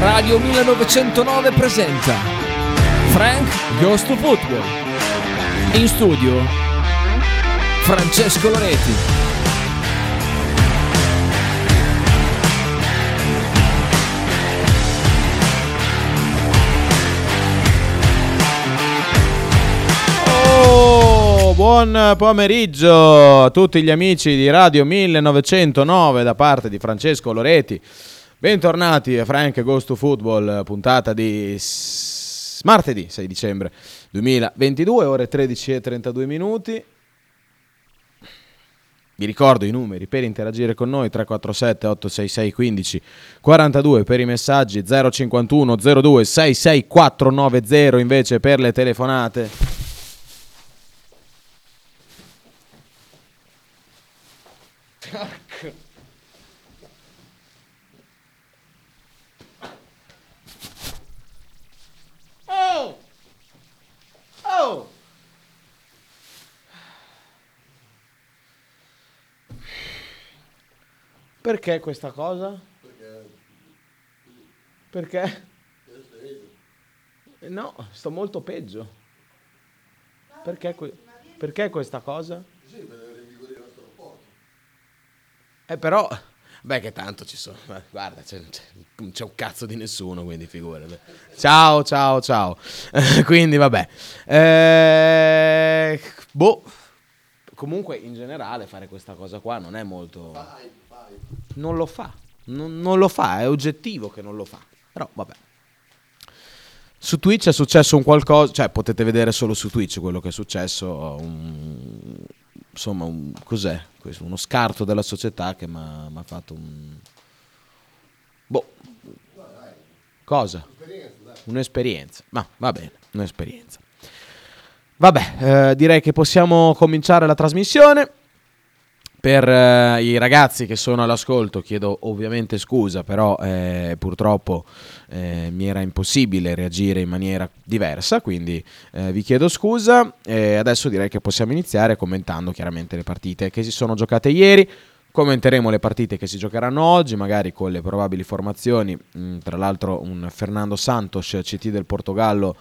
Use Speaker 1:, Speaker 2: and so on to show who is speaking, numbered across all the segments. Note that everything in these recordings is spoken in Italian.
Speaker 1: Radio 1909 presenta Frank Goes to Football. In studio Francesco Loreti.
Speaker 2: Buon pomeriggio a tutti gli amici di Radio 1909 da parte di Francesco Loreti. Bentornati a Frank Goes to Football, puntata di martedì 6 dicembre 2022, ore 13:32 minuti. Vi ricordo i numeri per interagire con noi: 347 866 15 42 per i messaggi, 051 02 66490 invece per le telefonate. Oh! Perché questa cosa? Perché? No, sto molto peggio. Perché questa cosa? Però, beh, che tanto ci sono. Guarda, c'è un cazzo di nessuno, quindi figurati. Ciao. Quindi, vabbè. Comunque, in generale, fare questa cosa qua non è molto. Non lo fa. Non lo fa, è oggettivo che non lo fa. Però, vabbè. Su Twitch è successo un qualcosa, cioè potete vedere solo su Twitch quello che è successo. Insomma, cos'è? Uno scarto della società che mi ha fatto un... Cosa? Un'esperienza. Ma va bene, un'esperienza. Vabbè, direi che possiamo cominciare la trasmissione. Per i ragazzi che sono all'ascolto chiedo ovviamente scusa, però purtroppo mi era impossibile reagire in maniera diversa, quindi vi chiedo scusa. Adesso direi che possiamo iniziare commentando chiaramente le partite che si sono giocate ieri. Commenteremo le partite che si giocheranno oggi, magari con le probabili formazioni. Tra l'altro un Fernando Santos, CT del Portogallo,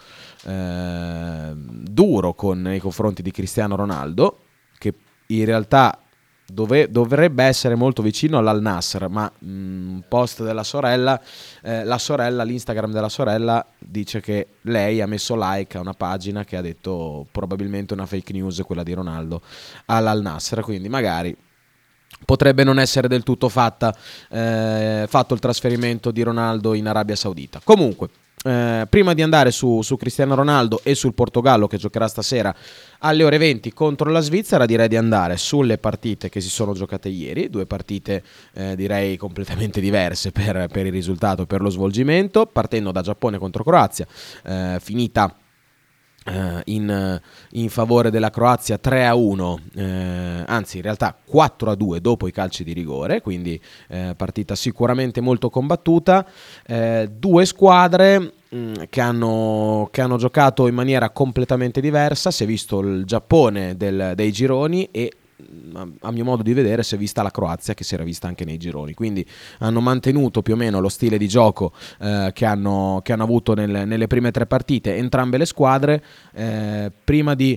Speaker 2: duro nei confronti di Cristiano Ronaldo, che in realtà dovrebbe essere molto vicino all'Al Nassr, ma post della sorella, l'Instagram della sorella dice che lei ha messo like a una pagina che ha detto probabilmente una fake news, quella di Ronaldo all'Al Nassr, quindi magari potrebbe non essere del tutto fatto il trasferimento di Ronaldo in Arabia Saudita. Comunque, prima di andare su Cristiano Ronaldo e sul Portogallo che giocherà stasera alle ore 20 contro la Svizzera, direi di andare sulle partite che si sono giocate ieri, due partite direi completamente diverse per il risultato, per lo svolgimento, partendo da Giappone contro Croazia, finita in favore della Croazia 3-1, anzi in realtà 4-2 dopo i calci di rigore, quindi partita sicuramente molto combattuta, due squadre che hanno giocato in maniera completamente diversa. Si è visto il Giappone dei gironi e a mio modo di vedere si è vista la Croazia che si era vista anche nei gironi, quindi hanno mantenuto più o meno lo stile di gioco che hanno avuto nelle prime tre partite entrambe le squadre. Prima di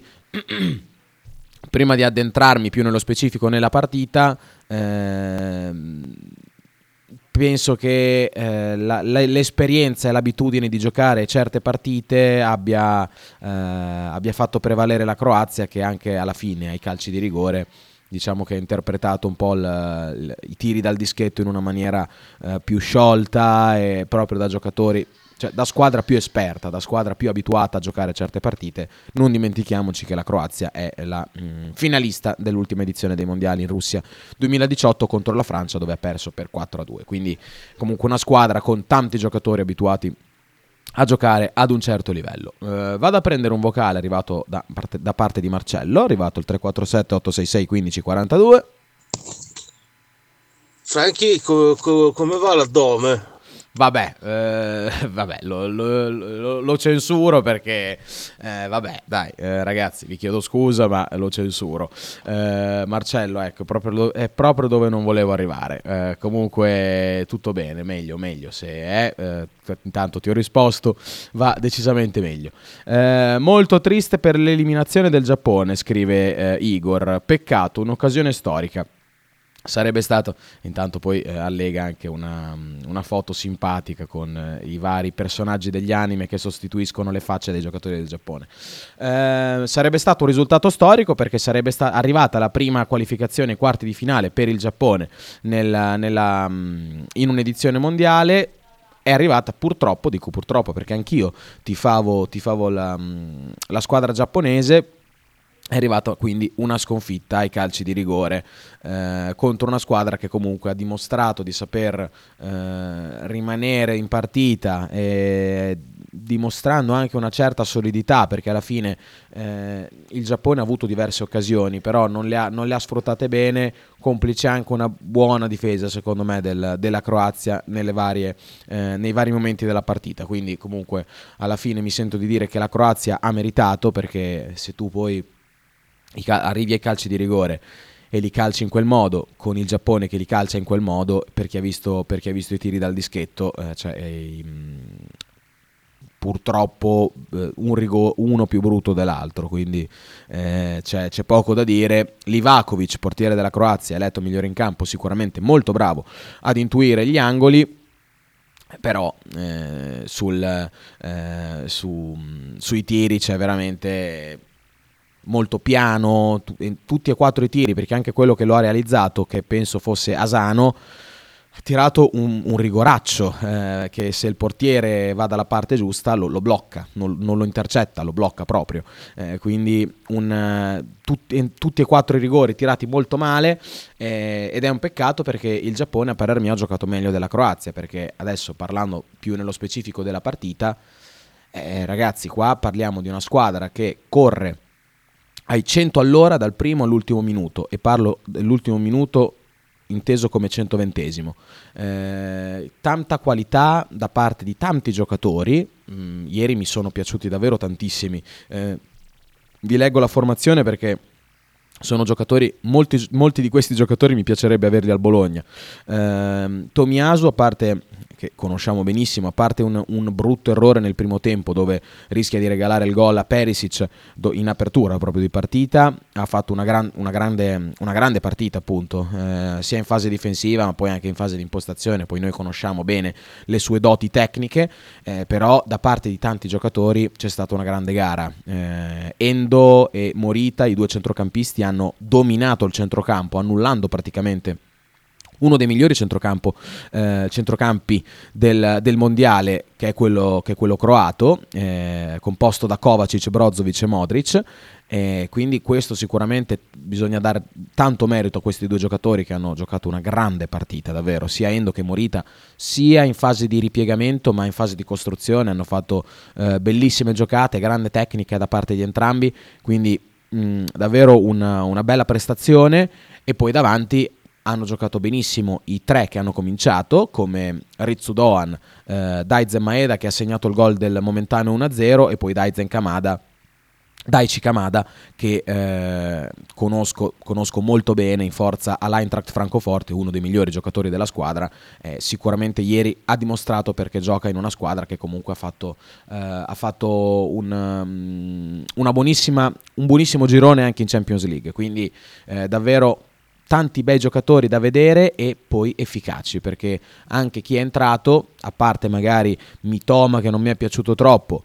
Speaker 2: addentrarmi più nello specifico nella partita, penso che l'esperienza e l'abitudine di giocare certe partite abbia fatto prevalere la Croazia, che anche alla fine ai calci di rigore diciamo che ha interpretato un po' i tiri dal dischetto in una maniera più sciolta, e proprio da giocatori, cioè da squadra più esperta, da squadra più abituata a giocare certe partite. Non dimentichiamoci che la Croazia è la finalista dell'ultima edizione dei mondiali in Russia 2018 contro la Francia, dove ha perso per 4-2, quindi comunque una squadra con tanti giocatori abituati a giocare ad un certo livello. Vado a prendere un vocale arrivato da parte di Marcello, arrivato il 347 866 15 42.
Speaker 3: Franchi, come va l'addome?
Speaker 2: Vabbè, lo censuro perché, vabbè, dai, ragazzi, vi chiedo scusa, ma lo censuro. Marcello, ecco, è proprio dove non volevo arrivare. Comunque, tutto bene, meglio, se è. Intanto ti ho risposto, va decisamente meglio. Molto triste per l'eliminazione del Giappone, scrive Igor. Peccato, un'occasione storica. Sarebbe stato, intanto poi allega anche una foto simpatica con i vari personaggi degli anime che sostituiscono le facce dei giocatori del Giappone. Sarebbe stato un risultato storico perché sarebbe arrivata la prima qualificazione ai quarti di finale per il Giappone in un'edizione mondiale. È arrivata purtroppo, dico purtroppo perché anch'io tifavo la squadra giapponese. È arrivata quindi una sconfitta ai calci di rigore contro una squadra che comunque ha dimostrato di saper rimanere in partita, dimostrando anche una certa solidità, perché alla fine il Giappone ha avuto diverse occasioni, però non le ha sfruttate bene, complice anche una buona difesa secondo me della Croazia nei vari momenti della partita. Quindi comunque alla fine mi sento di dire che la Croazia ha meritato, perché se tu poi arrivi ai calci di rigore e li calci in quel modo, con il Giappone che li calcia in quel modo, per chi ha visto i tiri dal dischetto, purtroppo uno più brutto dell'altro, quindi c'è poco da dire. Livakovic, portiere della Croazia, eletto migliore in campo, sicuramente molto bravo ad intuire gli angoli, però sui tiri c'è veramente molto piano, tutti e 4 i tiri, perché anche quello che lo ha realizzato, che penso fosse Asano, ha tirato un rigoraccio che se il portiere va dalla parte giusta lo blocca, non lo intercetta, lo blocca proprio. Quindi tutti e 4 i rigori tirati molto male, ed è un peccato perché il Giappone a parer mio ha giocato meglio della Croazia, perché adesso, parlando più nello specifico della partita, ragazzi, qua parliamo di una squadra che corre ai 100 all'ora dal primo all'ultimo minuto, e parlo dell'ultimo minuto inteso come 120esimo. Tanta qualità da parte di tanti giocatori. Ieri mi sono piaciuti davvero tantissimi. Vi leggo la formazione perché sono giocatori, molti di questi giocatori mi piacerebbe averli al Bologna. Tomiyasu, a parte, che conosciamo benissimo, a parte un brutto errore nel primo tempo dove rischia di regalare il gol a Perisic in apertura proprio di partita, ha fatto una grande partita, appunto, sia in fase difensiva ma poi anche in fase di impostazione. Poi noi conosciamo bene le sue doti tecniche, però da parte di tanti giocatori c'è stata una grande gara. Endo e Morita, i due centrocampisti, hanno dominato il centrocampo, annullando praticamente uno dei migliori centrocampi del mondiale, che è quello croato, composto da Kovacic, Brozovic e Modric. Quindi questo sicuramente bisogna dare tanto merito a questi due giocatori che hanno giocato una grande partita, davvero, sia Endo che Morita, sia in fase di ripiegamento ma in fase di costruzione. Hanno fatto bellissime giocate, grande tecnica da parte di entrambi, quindi davvero una bella prestazione. E poi davanti hanno giocato benissimo i tre che hanno cominciato, come Ritsu Doan, Daizen Maeda, che ha segnato il gol del momentaneo 1-0, e poi Daichi Kamada, che conosco molto bene, in forza all'Eintracht Francoforte, uno dei migliori giocatori della squadra. Sicuramente ieri ha dimostrato perché gioca in una squadra che comunque ha fatto un buonissimo girone anche in Champions League. Quindi davvero tanti bei giocatori da vedere, e poi efficaci, perché anche chi è entrato, a parte magari Mitoma che non mi è piaciuto troppo,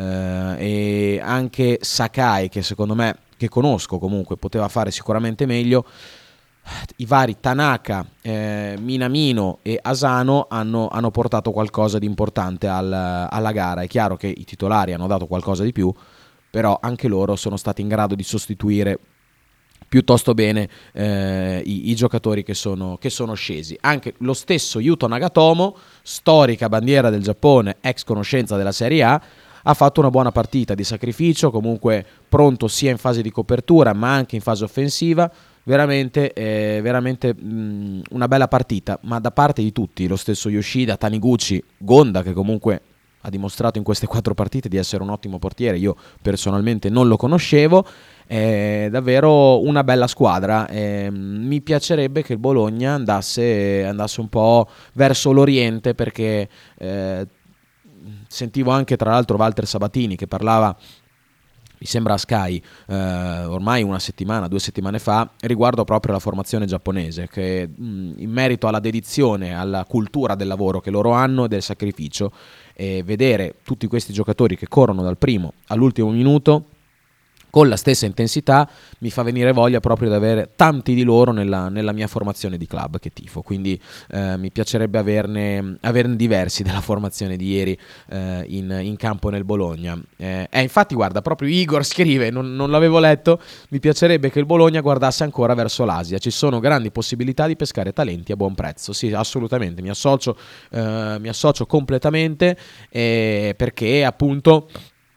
Speaker 2: e anche Sakai, che secondo me, che conosco comunque, poteva fare sicuramente meglio, i vari Tanaka, Minamino e Asano hanno portato qualcosa di importante alla gara. È chiaro che i titolari hanno dato qualcosa di più, però anche loro sono stati in grado di sostituire piuttosto bene i giocatori che sono scesi. Anche lo stesso Yuto Nagatomo, storica bandiera del Giappone, ex conoscenza della Serie A, ha fatto una buona partita di sacrificio, comunque pronto sia in fase di copertura ma anche in fase offensiva. veramente una bella partita, ma da parte di tutti, lo stesso Yoshida, Taniguchi, Gonda, che comunque ha dimostrato in queste 4 partite di essere un ottimo portiere. Io personalmente non lo conoscevo. È davvero una bella squadra. Mi piacerebbe che il Bologna andasse un po' verso l'Oriente, perché sentivo anche tra l'altro Walter Sabatini che parlava, mi sembra a Sky, ormai 2 settimane fa, riguardo proprio alla formazione giapponese, che in merito alla dedizione, alla cultura del lavoro che loro hanno e del sacrificio, e vedere tutti questi giocatori che corrono dal primo all'ultimo minuto con la stessa intensità mi fa venire voglia proprio di avere tanti di loro nella mia formazione di club che tifo. Quindi mi piacerebbe averne diversi della formazione di ieri in campo nel Bologna. Infatti guarda, proprio Igor scrive, non l'avevo letto, mi piacerebbe che il Bologna guardasse ancora verso l'Asia, ci sono grandi possibilità di pescare talenti a buon prezzo. Sì, assolutamente, mi associo completamente, perché appunto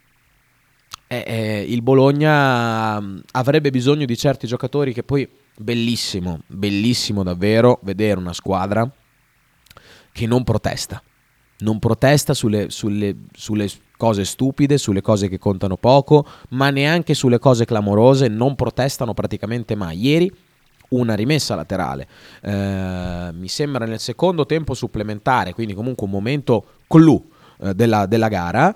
Speaker 2: il Bologna avrebbe bisogno di certi giocatori che poi, bellissimo davvero vedere una squadra che non protesta sulle cose stupide, sulle cose che contano poco, ma neanche sulle cose clamorose. Non protestano praticamente mai. Ieri una rimessa laterale, mi sembra nel secondo tempo supplementare, quindi comunque un momento clou della gara.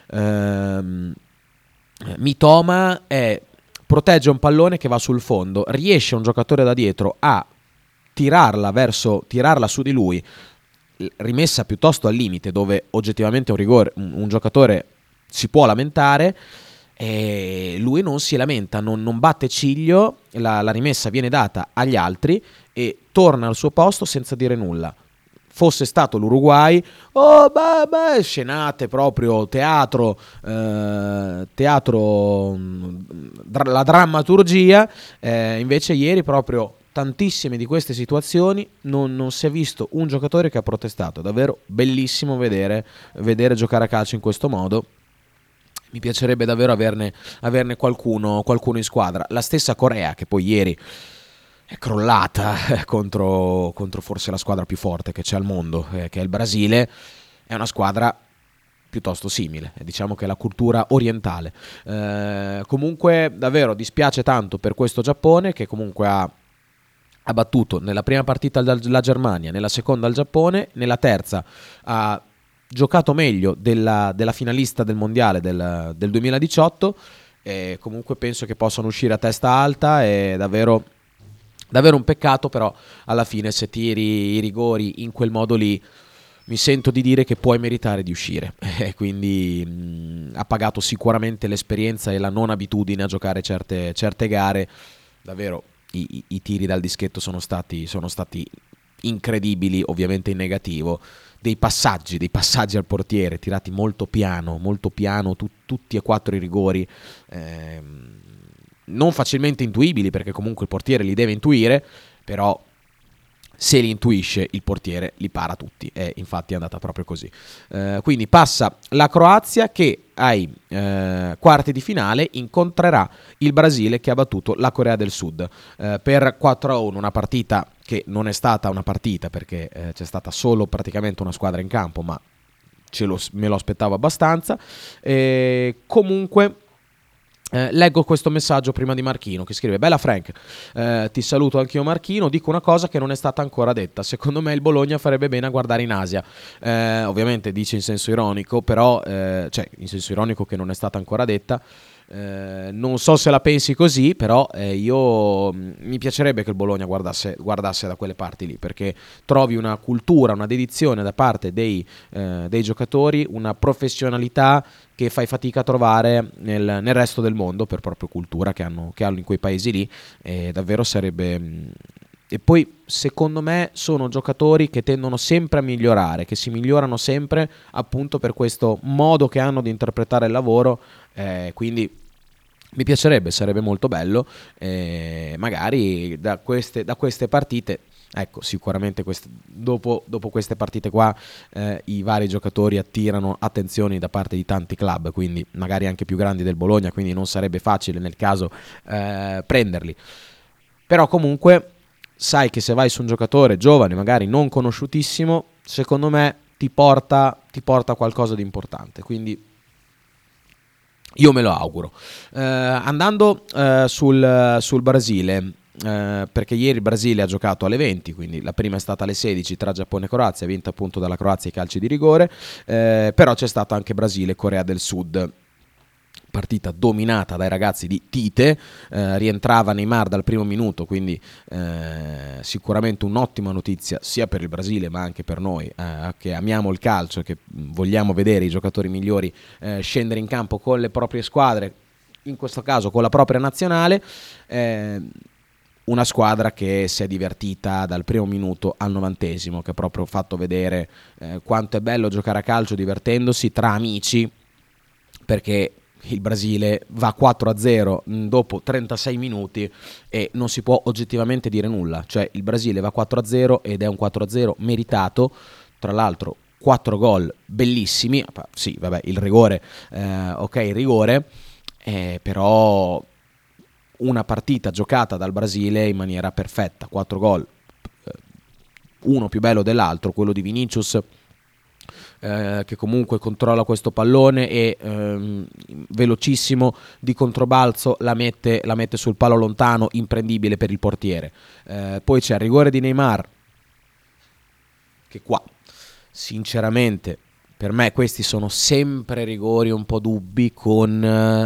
Speaker 2: Mitoma protegge un pallone che va sul fondo, riesce un giocatore da dietro a tirarla su di lui, rimessa piuttosto al limite, dove oggettivamente un rigore un giocatore si può lamentare, e lui non si lamenta, non batte ciglio, la rimessa viene data agli altri e torna al suo posto senza dire nulla. Fosse stato l'Uruguay, scenate proprio, teatro, la drammaturgia. Invece ieri proprio tantissime di queste situazioni non si è visto un giocatore che ha protestato. Davvero bellissimo vedere giocare a calcio in questo modo. Mi piacerebbe davvero averne qualcuno in squadra. La stessa Corea, che poi ieri è crollata contro forse la squadra più forte che c'è al mondo, che è il Brasile, è una squadra piuttosto simile, diciamo che è la cultura orientale. Comunque davvero dispiace tanto per questo Giappone, che comunque ha battuto nella prima partita la Germania, nella seconda il Giappone, nella terza ha giocato meglio della finalista del mondiale del 2018, e comunque penso che possano uscire a testa alta. È davvero un peccato, però alla fine se tiri i rigori in quel modo lì mi sento di dire che puoi meritare di uscire, quindi ha pagato sicuramente l'esperienza e la non abitudine a giocare certe gare. Davvero i tiri dal dischetto sono stati incredibili, ovviamente in negativo. Dei passaggi al portiere tirati molto piano, tutti e 4 i rigori, non facilmente intuibili, perché comunque il portiere li deve intuire, però se li intuisce il portiere li para tutti, e infatti è andata proprio così. Quindi passa la Croazia, che ai quarti di finale incontrerà il Brasile, che ha battuto la Corea del Sud per 4-1, una partita che non è stata una partita, perché c'è stata solo praticamente una squadra in campo, ma me lo aspettavo abbastanza. Comunque leggo questo messaggio prima di Marchino, che scrive: bella Frank, ti saluto anch'io Marchino, dico una cosa che non è stata ancora detta, secondo me il Bologna farebbe bene a guardare in Asia. Ovviamente dice in senso ironico, però cioè in senso ironico che non è stata ancora detta. Non so se la pensi così, però io mi piacerebbe che il Bologna guardasse da quelle parti lì, perché trovi una cultura, una dedizione da parte dei giocatori, una professionalità che fai fatica a trovare nel resto del mondo, per proprio cultura che hanno in quei paesi lì. Davvero sarebbe. E poi secondo me sono giocatori che tendono sempre a migliorare, che si migliorano sempre appunto per questo modo che hanno di interpretare il lavoro, quindi mi piacerebbe, sarebbe molto bello, magari da queste partite. Ecco, sicuramente dopo queste partite qua i vari giocatori attirano attenzioni da parte di tanti club, quindi magari anche più grandi del Bologna, quindi non sarebbe facile nel caso prenderli. Però comunque sai che se vai su un giocatore giovane, magari non conosciutissimo, secondo me ti porta qualcosa di importante, quindi io me lo auguro. Andando sul Brasile, perché ieri il Brasile ha giocato alle 20, quindi la prima è stata alle 16 tra Giappone e Croazia, vinta appunto dalla Croazia ai calci di rigore, però c'è stato anche Brasile-Corea del Sud. Partita dominata dai ragazzi di Tite, rientrava Neymar dal primo minuto, quindi sicuramente un'ottima notizia sia per il Brasile ma anche per noi che amiamo il calcio e che vogliamo vedere i giocatori migliori scendere in campo con le proprie squadre, in questo caso con la propria nazionale. Una squadra che si è divertita dal primo minuto al 90esimo, che ha proprio fatto vedere quanto è bello giocare a calcio divertendosi tra amici, perché il Brasile va 4-0 dopo 36 minuti e non si può oggettivamente dire nulla. Cioè il Brasile va 4-0 ed è un 4-0 meritato, tra l'altro 4 gol bellissimi. Sì, vabbè, il rigore, ok, il rigore, però una partita giocata dal Brasile in maniera perfetta, 4 gol, uno più bello dell'altro, quello di Vinicius, che comunque controlla questo pallone e velocissimo di controbalzo la mette sul palo lontano, imprendibile per il portiere. Poi c'è il rigore di Neymar, che qua sinceramente per me questi sono sempre rigori un po' dubbi, con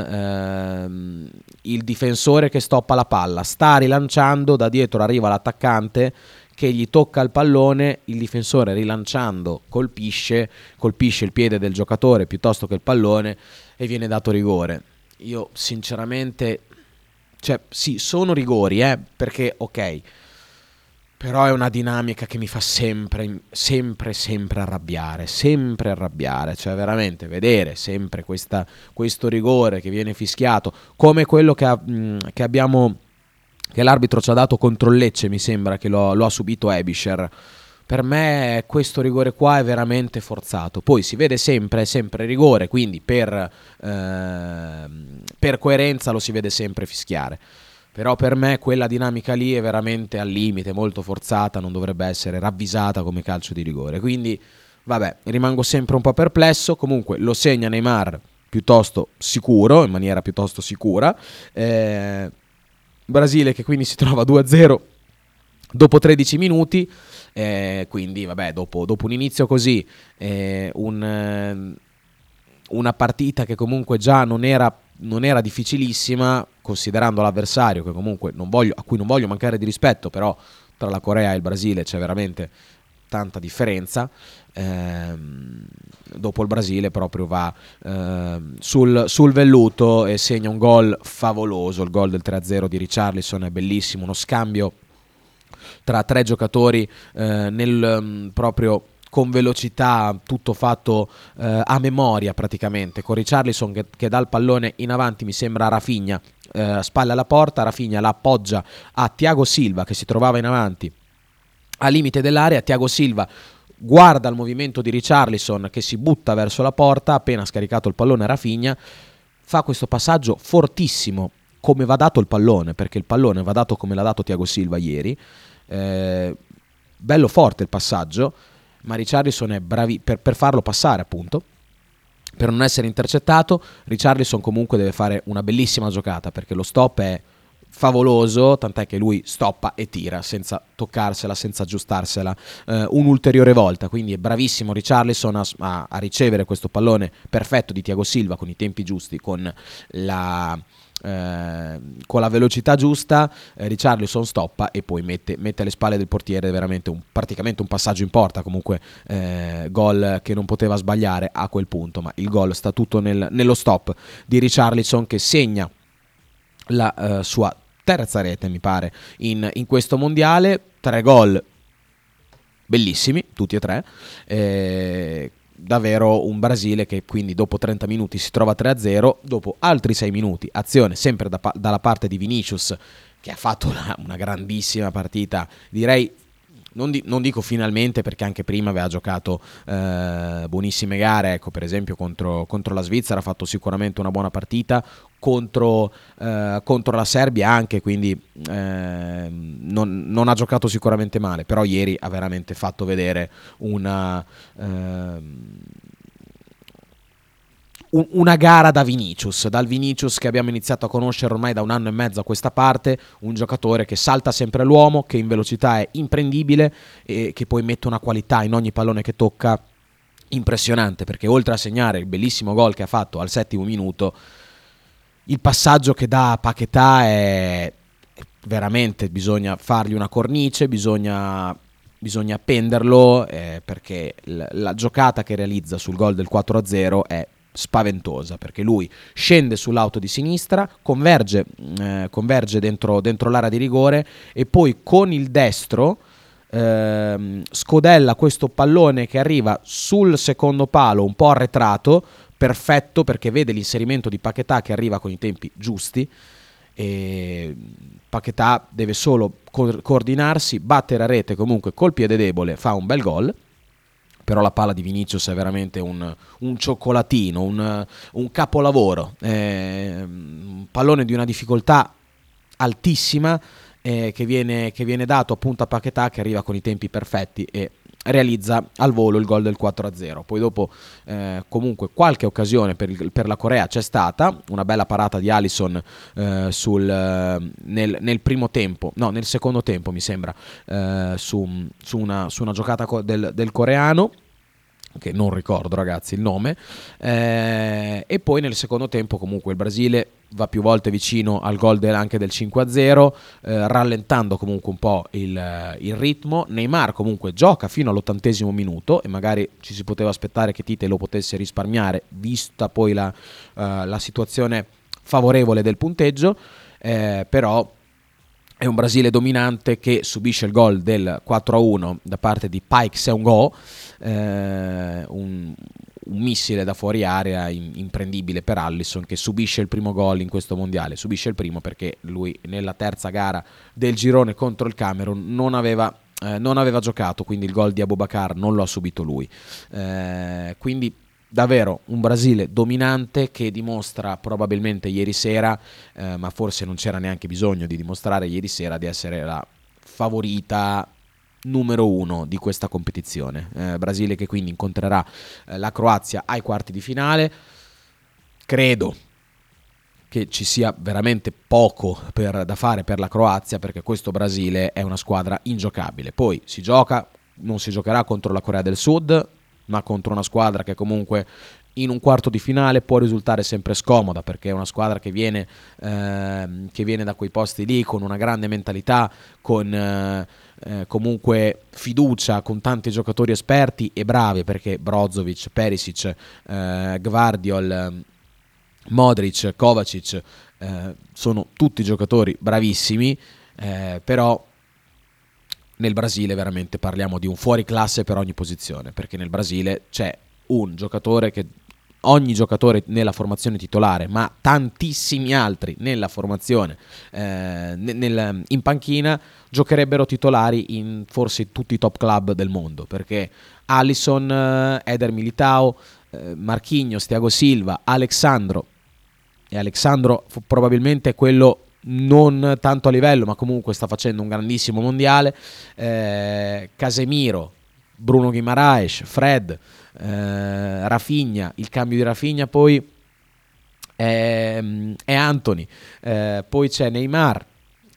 Speaker 2: il difensore che stoppa la palla, sta rilanciando, da dietro arriva l'attaccante che gli tocca il pallone, il difensore rilanciando colpisce il piede del giocatore piuttosto che il pallone e viene dato rigore. Io sinceramente, cioè sì, sono rigori, perché ok, però è una dinamica che mi fa sempre arrabbiare, cioè veramente vedere sempre questo rigore che viene fischiato, come quello che abbiamo, che l'arbitro ci ha dato contro il Lecce, mi sembra che lo ha subito Ebischer. Per me questo rigore qua è veramente forzato. Poi si vede sempre rigore, quindi per coerenza lo si vede sempre fischiare. Però per me quella dinamica lì è veramente al limite, molto forzata, non dovrebbe essere ravvisata come calcio di rigore. Quindi vabbè, rimango sempre un po' perplesso. Comunque lo segna Neymar piuttosto sicuro, in maniera piuttosto sicura. Brasile che quindi si trova 2-0 dopo 13 minuti, quindi vabbè, dopo un inizio così, una partita che comunque già non era difficilissima, considerando l'avversario, che comunque a cui non voglio mancare di rispetto, però tra la Corea e il Brasile c'è veramente tanta differenza. Dopo il Brasile proprio va sul velluto e segna un gol favoloso, il gol del 3-0 di Richarlison è bellissimo, uno scambio tra 3 giocatori proprio con velocità, tutto fatto a memoria praticamente, con Richarlison che dà il pallone in avanti, mi sembra a Rafinha, spalle alla porta, Rafinha la appoggia a Thiago Silva che si trovava in avanti al limite dell'area, Thiago Silva guarda il movimento di Richarlison che si butta verso la porta, appena scaricato il pallone a Rafinha, fa questo passaggio fortissimo, come va dato il pallone, perché il pallone va dato come l'ha dato Thiago Silva ieri, bello forte il passaggio, ma Richarlison è bravi per farlo passare, appunto, per non essere intercettato. Richarlison comunque deve fare una bellissima giocata, perché lo stop è favoloso, tant'è che lui stoppa e tira senza toccarsela, senza aggiustarsela un'ulteriore volta, quindi è bravissimo Richarlison a ricevere questo pallone perfetto di Thiago Silva con i tempi giusti, con la velocità giusta. Richarlison stoppa e poi mette alle spalle del portiere, veramente praticamente un passaggio in porta, comunque gol che non poteva sbagliare a quel punto, ma il gol sta tutto nello stop di Richarlison, che segna la sua terza rete, mi pare, in questo mondiale. 3 gol bellissimi, tutti e 3, davvero un Brasile che quindi dopo 30 minuti si trova 3-0, dopo altri 6 minuti, azione sempre dalla parte di Vinicius, che ha fatto una grandissima partita, direi non dico finalmente, perché anche prima aveva giocato buonissime gare, ecco, per esempio contro la Svizzera ha fatto sicuramente una buona partita, contro la Serbia anche, quindi non ha giocato sicuramente male, però ieri ha veramente fatto vedere una gara da Vinicius, dal Vinicius che abbiamo iniziato a conoscere ormai da 1 anno e mezzo a questa parte, un giocatore che salta sempre all'uomo, che in velocità è imprendibile e che poi mette una qualità in ogni pallone che tocca impressionante, perché oltre a segnare il bellissimo gol che ha fatto al 7° minuto, il passaggio che dà a Paquetá è veramente, bisogna fargli una cornice, bisogna appenderlo, perché la giocata che realizza sul gol del 4-0 è spaventosa, perché lui scende sull'auto di sinistra, converge dentro l'area di rigore e poi con il destro scodella questo pallone che arriva sul secondo palo un po' arretrato, perfetto, perché vede l'inserimento di Paquetá che arriva con i tempi giusti e Paquetá deve solo coordinarsi, battere a rete comunque col piede debole, fa un bel gol. Però la palla di Vinicius è veramente un cioccolatino, un capolavoro, un pallone di una difficoltà altissima, che viene dato appunto a Paquetá, che arriva con i tempi perfetti e realizza al volo il gol del 4-0. Poi dopo comunque qualche occasione per la Corea c'è stata, una bella parata di Alisson nel primo tempo, no, nel secondo tempo mi sembra, su una giocata del coreano, che non ricordo ragazzi il nome, e poi nel secondo tempo comunque il Brasile va più volte vicino al gol anche del 5-0, rallentando comunque un po' il ritmo. Neymar comunque gioca fino all'80° minuto e magari ci si poteva aspettare che Tite lo potesse risparmiare, vista poi la situazione favorevole del punteggio, però è un Brasile dominante che subisce il gol del 4-1 da parte di Paik Seung-ho, un missile da fuori area imprendibile per Alisson, che subisce il primo gol in questo mondiale. Subisce il primo perché lui nella terza gara del girone contro il Camerun non aveva giocato, quindi il gol di Aboubakar non lo ha subito lui. Quindi davvero un Brasile dominante che dimostra probabilmente ieri sera, ma forse non c'era neanche bisogno di dimostrare ieri sera, di essere la favorita numero 1 di questa competizione. Brasile che quindi incontrerà la Croazia ai quarti di finale. Credo che ci sia veramente poco da fare per la Croazia, perché questo Brasile è una squadra ingiocabile. Poi non si giocherà contro la Corea del Sud, ma contro una squadra che comunque in un quarto di finale può risultare sempre scomoda, perché è una squadra che viene da quei posti lì con una grande mentalità, con comunque fiducia, con tanti giocatori esperti e bravi, perché Brozovic, Perisic, Gvardiol, Modric, Kovacic sono tutti giocatori bravissimi, però nel Brasile veramente parliamo di un fuoriclasse per ogni posizione, perché nel Brasile c'è un giocatore che ogni giocatore nella formazione titolare, ma tantissimi altri nella formazione in panchina giocherebbero titolari in forse tutti i top club del mondo, perché Alisson, Eder Militao, Marquinhos, Thiago Silva, Alexandro probabilmente è quello non tanto a livello, ma comunque sta facendo un grandissimo mondiale, Casemiro, Bruno Guimaraes, Fred, Rafinha, il cambio di Rafinha poi è Antony, poi c'è Neymar,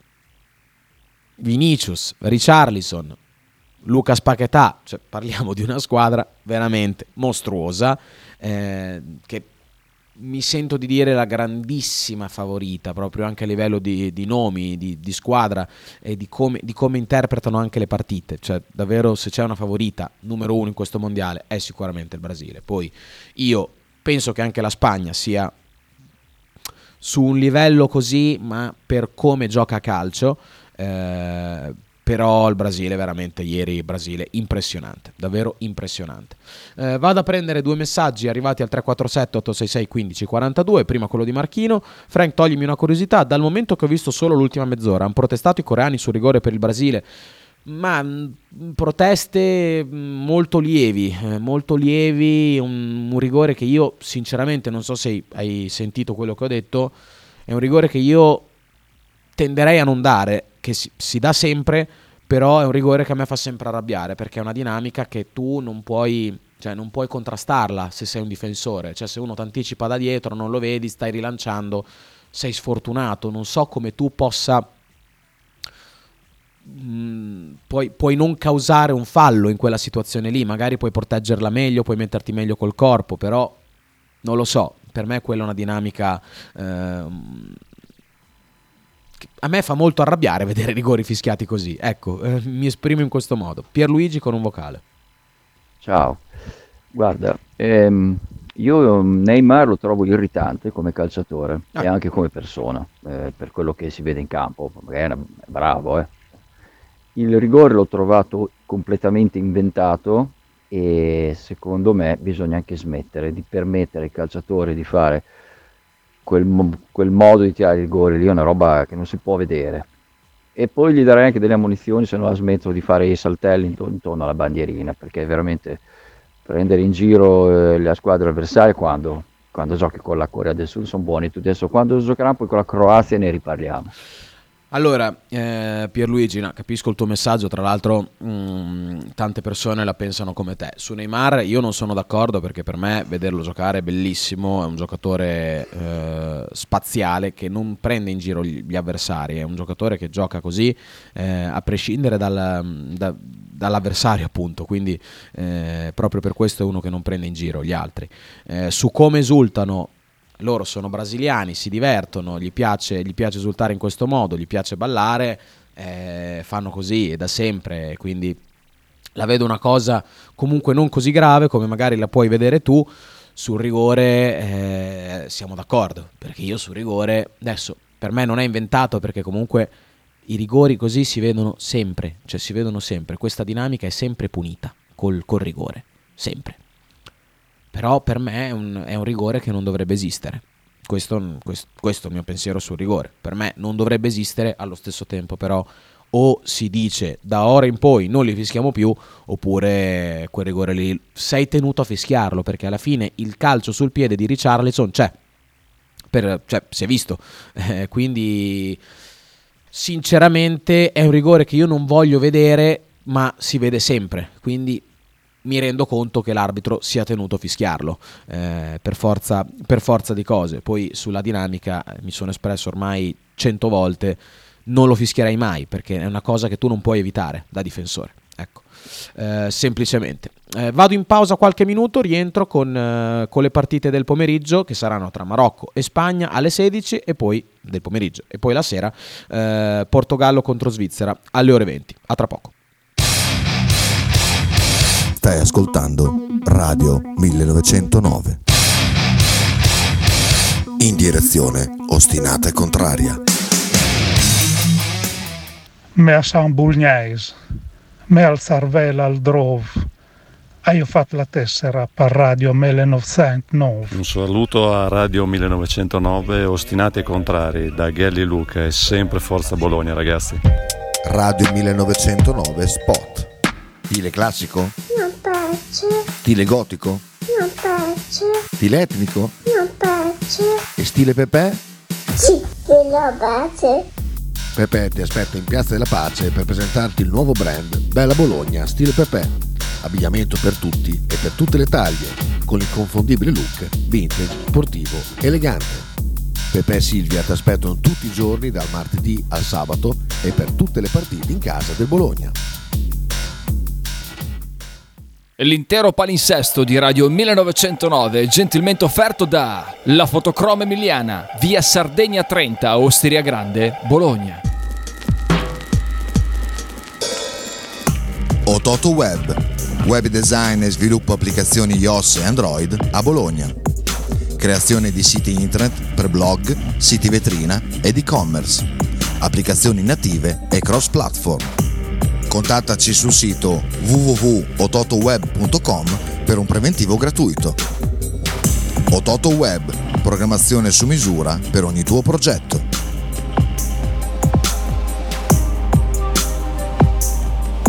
Speaker 2: Vinicius, Richarlison, Lucas Paquetá, cioè parliamo di una squadra veramente mostruosa, che mi sento di dire la grandissima favorita, proprio anche a livello di nomi, di squadra e di come interpretano anche le partite. Cioè davvero, se c'è una favorita numero 1 in questo mondiale è sicuramente il Brasile. Poi io penso che anche la Spagna sia su un livello così, ma per come gioca a calcio, però il Brasile veramente ieri, Brasile impressionante, davvero impressionante. Vado a prendere 2 messaggi arrivati al 347 866 15 42. Prima quello di Marchino: Frank, toglimi una curiosità, dal momento che ho visto solo l'ultima mezz'ora, hanno protestato i coreani sul rigore per il Brasile, Ma proteste molto lievi, un rigore che io sinceramente, non so se hai sentito quello che ho detto, è un rigore che io tenderei a non dare, che si dà sempre, però è un rigore che a me fa sempre arrabbiare, perché è una dinamica che tu non puoi contrastarla se sei un difensore, cioè se uno ti anticipa da dietro, non lo vedi, stai rilanciando, sei sfortunato, non so come tu possa puoi non causare un fallo in quella situazione lì, magari puoi proteggerla meglio, puoi metterti meglio col corpo, però non lo so, per me quella è una dinamica a me fa molto arrabbiare vedere rigori fischiati così, ecco, mi esprimo in questo modo. Pierluigi con un vocale.
Speaker 3: Ciao, guarda, io Neymar lo trovo irritante come calciatore e anche come persona, per quello che si vede in campo, magari è bravo. Il rigore l'ho trovato completamente inventato e secondo me bisogna anche smettere di permettere ai calciatori di fare quel modo di tirare il rigore lì, è una roba che non si può vedere. E poi gli darei anche delle ammonizioni se non la smettono di fare i saltelli intorno alla bandierina, perché è veramente prendere in giro la squadra avversaria quando giochi con la Corea del Sud sono buoni tutti. Adesso quando giocheranno poi con la Croazia ne riparliamo.
Speaker 2: Allora, Pierluigi, capisco il tuo messaggio, tra l'altro tante persone la pensano come te. Su Neymar io non sono d'accordo, perché per me vederlo giocare è bellissimo, è un giocatore spaziale che non prende in giro gli avversari, è un giocatore che gioca così a prescindere dall'avversario, appunto, quindi proprio per questo è uno che non prende in giro gli altri. Su come esultano, loro sono brasiliani, si divertono, gli piace esultare in questo modo, gli piace ballare, fanno così da sempre, quindi la vedo una cosa comunque non così grave come magari la puoi vedere tu. Sul rigore siamo d'accordo, perché io sul rigore, adesso per me non è inventato, perché comunque i rigori così si vedono sempre, questa dinamica è sempre punita col rigore, sempre. Però per me è un rigore che non dovrebbe esistere. Questo è il mio pensiero sul rigore. Per me non dovrebbe esistere, allo stesso tempo però o si dice da ora in poi non li fischiamo più, oppure quel rigore lì sei tenuto a fischiarlo, perché alla fine il calcio sul piede di Richarlison c'è, si è visto, quindi sinceramente è un rigore che io non voglio vedere, ma si vede sempre, quindi mi rendo conto che l'arbitro sia tenuto a fischiarlo per forza di cose. Poi sulla dinamica mi sono espresso ormai 100 volte, non lo fischierei mai, perché è una cosa che tu non puoi evitare da difensore, ecco, semplicemente. Vado in pausa qualche minuto, rientro con le partite del pomeriggio, che saranno tra Marocco e Spagna alle 16 e poi del pomeriggio, e poi la sera Portogallo contro Svizzera alle ore 20. A tra poco.
Speaker 4: Stai ascoltando Radio 1909. In direzione ostinata e contraria.
Speaker 5: Me a San Bulgnais, me al Sarvela al Drove. Io ho fatto la tessera per Radio 1909.
Speaker 6: Un saluto a Radio 1909, ostinati e contrari, da Gelli Luca e sempre Forza Bologna, ragazzi.
Speaker 4: Radio 1909 Spot. Stile classico?
Speaker 7: Non piace.
Speaker 4: Stile gotico?
Speaker 7: Non piace.
Speaker 4: Stile etnico?
Speaker 7: Non piace.
Speaker 4: E stile Pepe?
Speaker 7: Sì, lo piace.
Speaker 4: Pepe ti aspetta in Piazza della Pace per presentarti il nuovo brand Bella Bologna Stile Pepe. Abbigliamento per tutti e per tutte le taglie, con l'inconfondibile look vintage, sportivo, elegante. Pepe e Silvia ti aspettano tutti i giorni dal martedì al sabato e per tutte le partite in casa del Bologna.
Speaker 1: L'intero palinsesto di Radio 1909 gentilmente offerto da La Fotocroma Emiliana, via Sardegna 30, Osteria Grande, Bologna.
Speaker 4: Ototo Web design e sviluppo applicazioni iOS e Android a Bologna. Creazione di siti internet per blog, siti vetrina ed e-commerce. Applicazioni native e cross-platform. Contattaci sul sito www.ototoweb.com per un preventivo gratuito. Ototo Web, programmazione su misura per ogni tuo progetto.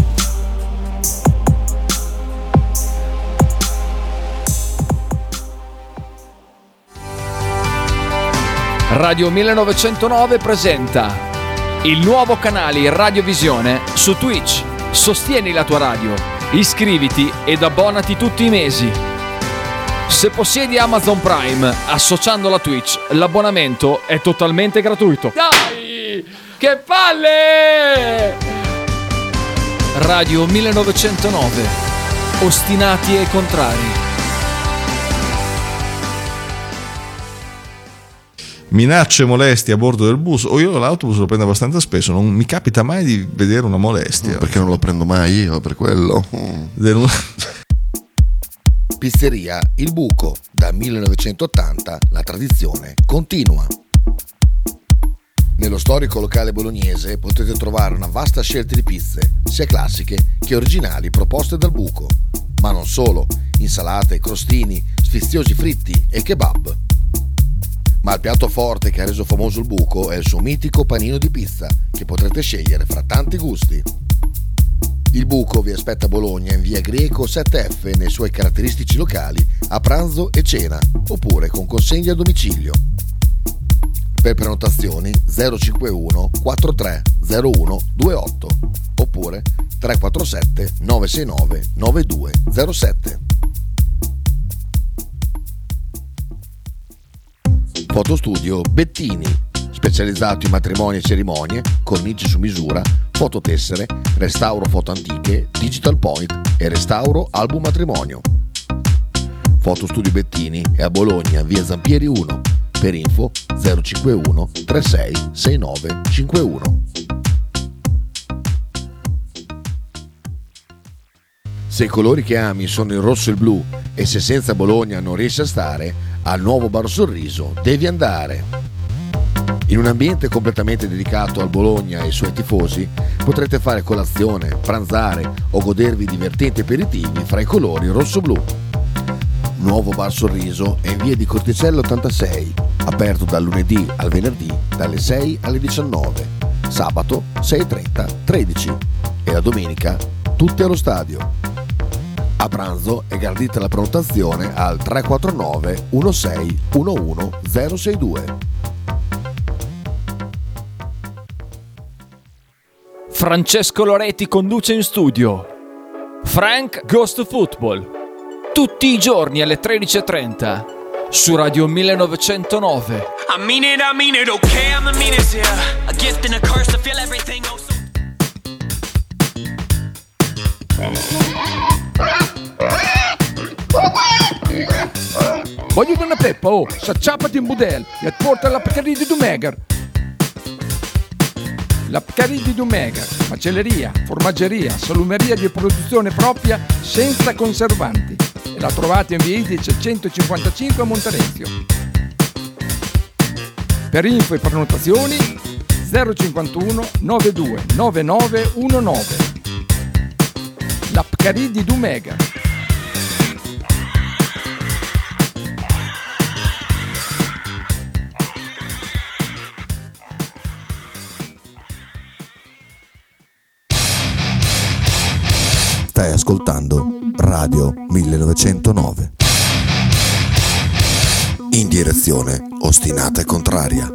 Speaker 1: Radio 1909 presenta il nuovo canale Radiovisione su Twitch. Sostieni la tua radio, iscriviti ed abbonati tutti i mesi. Se possiedi Amazon Prime, associando la Twitch, l'abbonamento è totalmente gratuito. Dai! Che palle! Radio 1909. Ostinati e contrari.
Speaker 8: Minacce, molestie a bordo del bus, o io l'autobus lo prendo abbastanza spesso, non mi capita mai di vedere una molestia.
Speaker 4: Perché non lo prendo mai io, per quello. Pizzeria Il Buco, da 1980 la tradizione continua. Nello storico locale bolognese potete trovare una vasta scelta di pizze, sia classiche che originali proposte dal Buco. Ma non solo, insalate, crostini, sfiziosi fritti e kebab. Ma il piatto forte che ha reso famoso il Buco è il suo mitico panino di pizza, che potrete scegliere fra tanti gusti. Il Buco vi aspetta a Bologna in via Greco 7F nei suoi caratteristici locali a pranzo e cena, oppure con consegna a domicilio. Per prenotazioni 051 4301 28 oppure 347 969 9207. Fotostudio Bettini, specializzato in matrimoni e cerimonie, cornici su misura, fototessere, restauro foto antiche, digital point e restauro album matrimonio. Fotostudio Bettini è a Bologna, via Zampieri 1, per info 051 36 69 51. Se i colori che ami sono il rosso e il blu e se senza Bologna non riesci a stare, al nuovo Bar Sorriso devi andare. In un ambiente completamente dedicato al Bologna e ai suoi tifosi potrete fare colazione, pranzare o godervi divertenti aperitivi fra i colori rosso-blu. Nuovo Bar Sorriso è in via di Corticella 86, aperto dal lunedì al venerdì dalle 6 alle 19, sabato 6:30 13 e la domenica tutti allo stadio. A pranzo è gradita la prenotazione al 349 16 11 062.
Speaker 1: Francesco Loretti conduce in studio Frank Goes to Football, tutti i giorni alle 13:30 su Radio 1909.
Speaker 9: I mean it, okay, I'm the meanest, yeah. A gift and a curse to feel everything.
Speaker 10: Voglio una peppa, oh, s'acciappati in budel e porta la Pcaridi di Dumegar. La Pcaridi di Dumegar, macelleria, formaggeria, salumeria di produzione propria senza conservanti. E la trovate in via Idice 155 a Monterezio. Per info e prenotazioni 051 92 9919. La Pcaridi di Dumegar.
Speaker 4: Stai ascoltando Radio 1909. In direzione ostinata e contraria.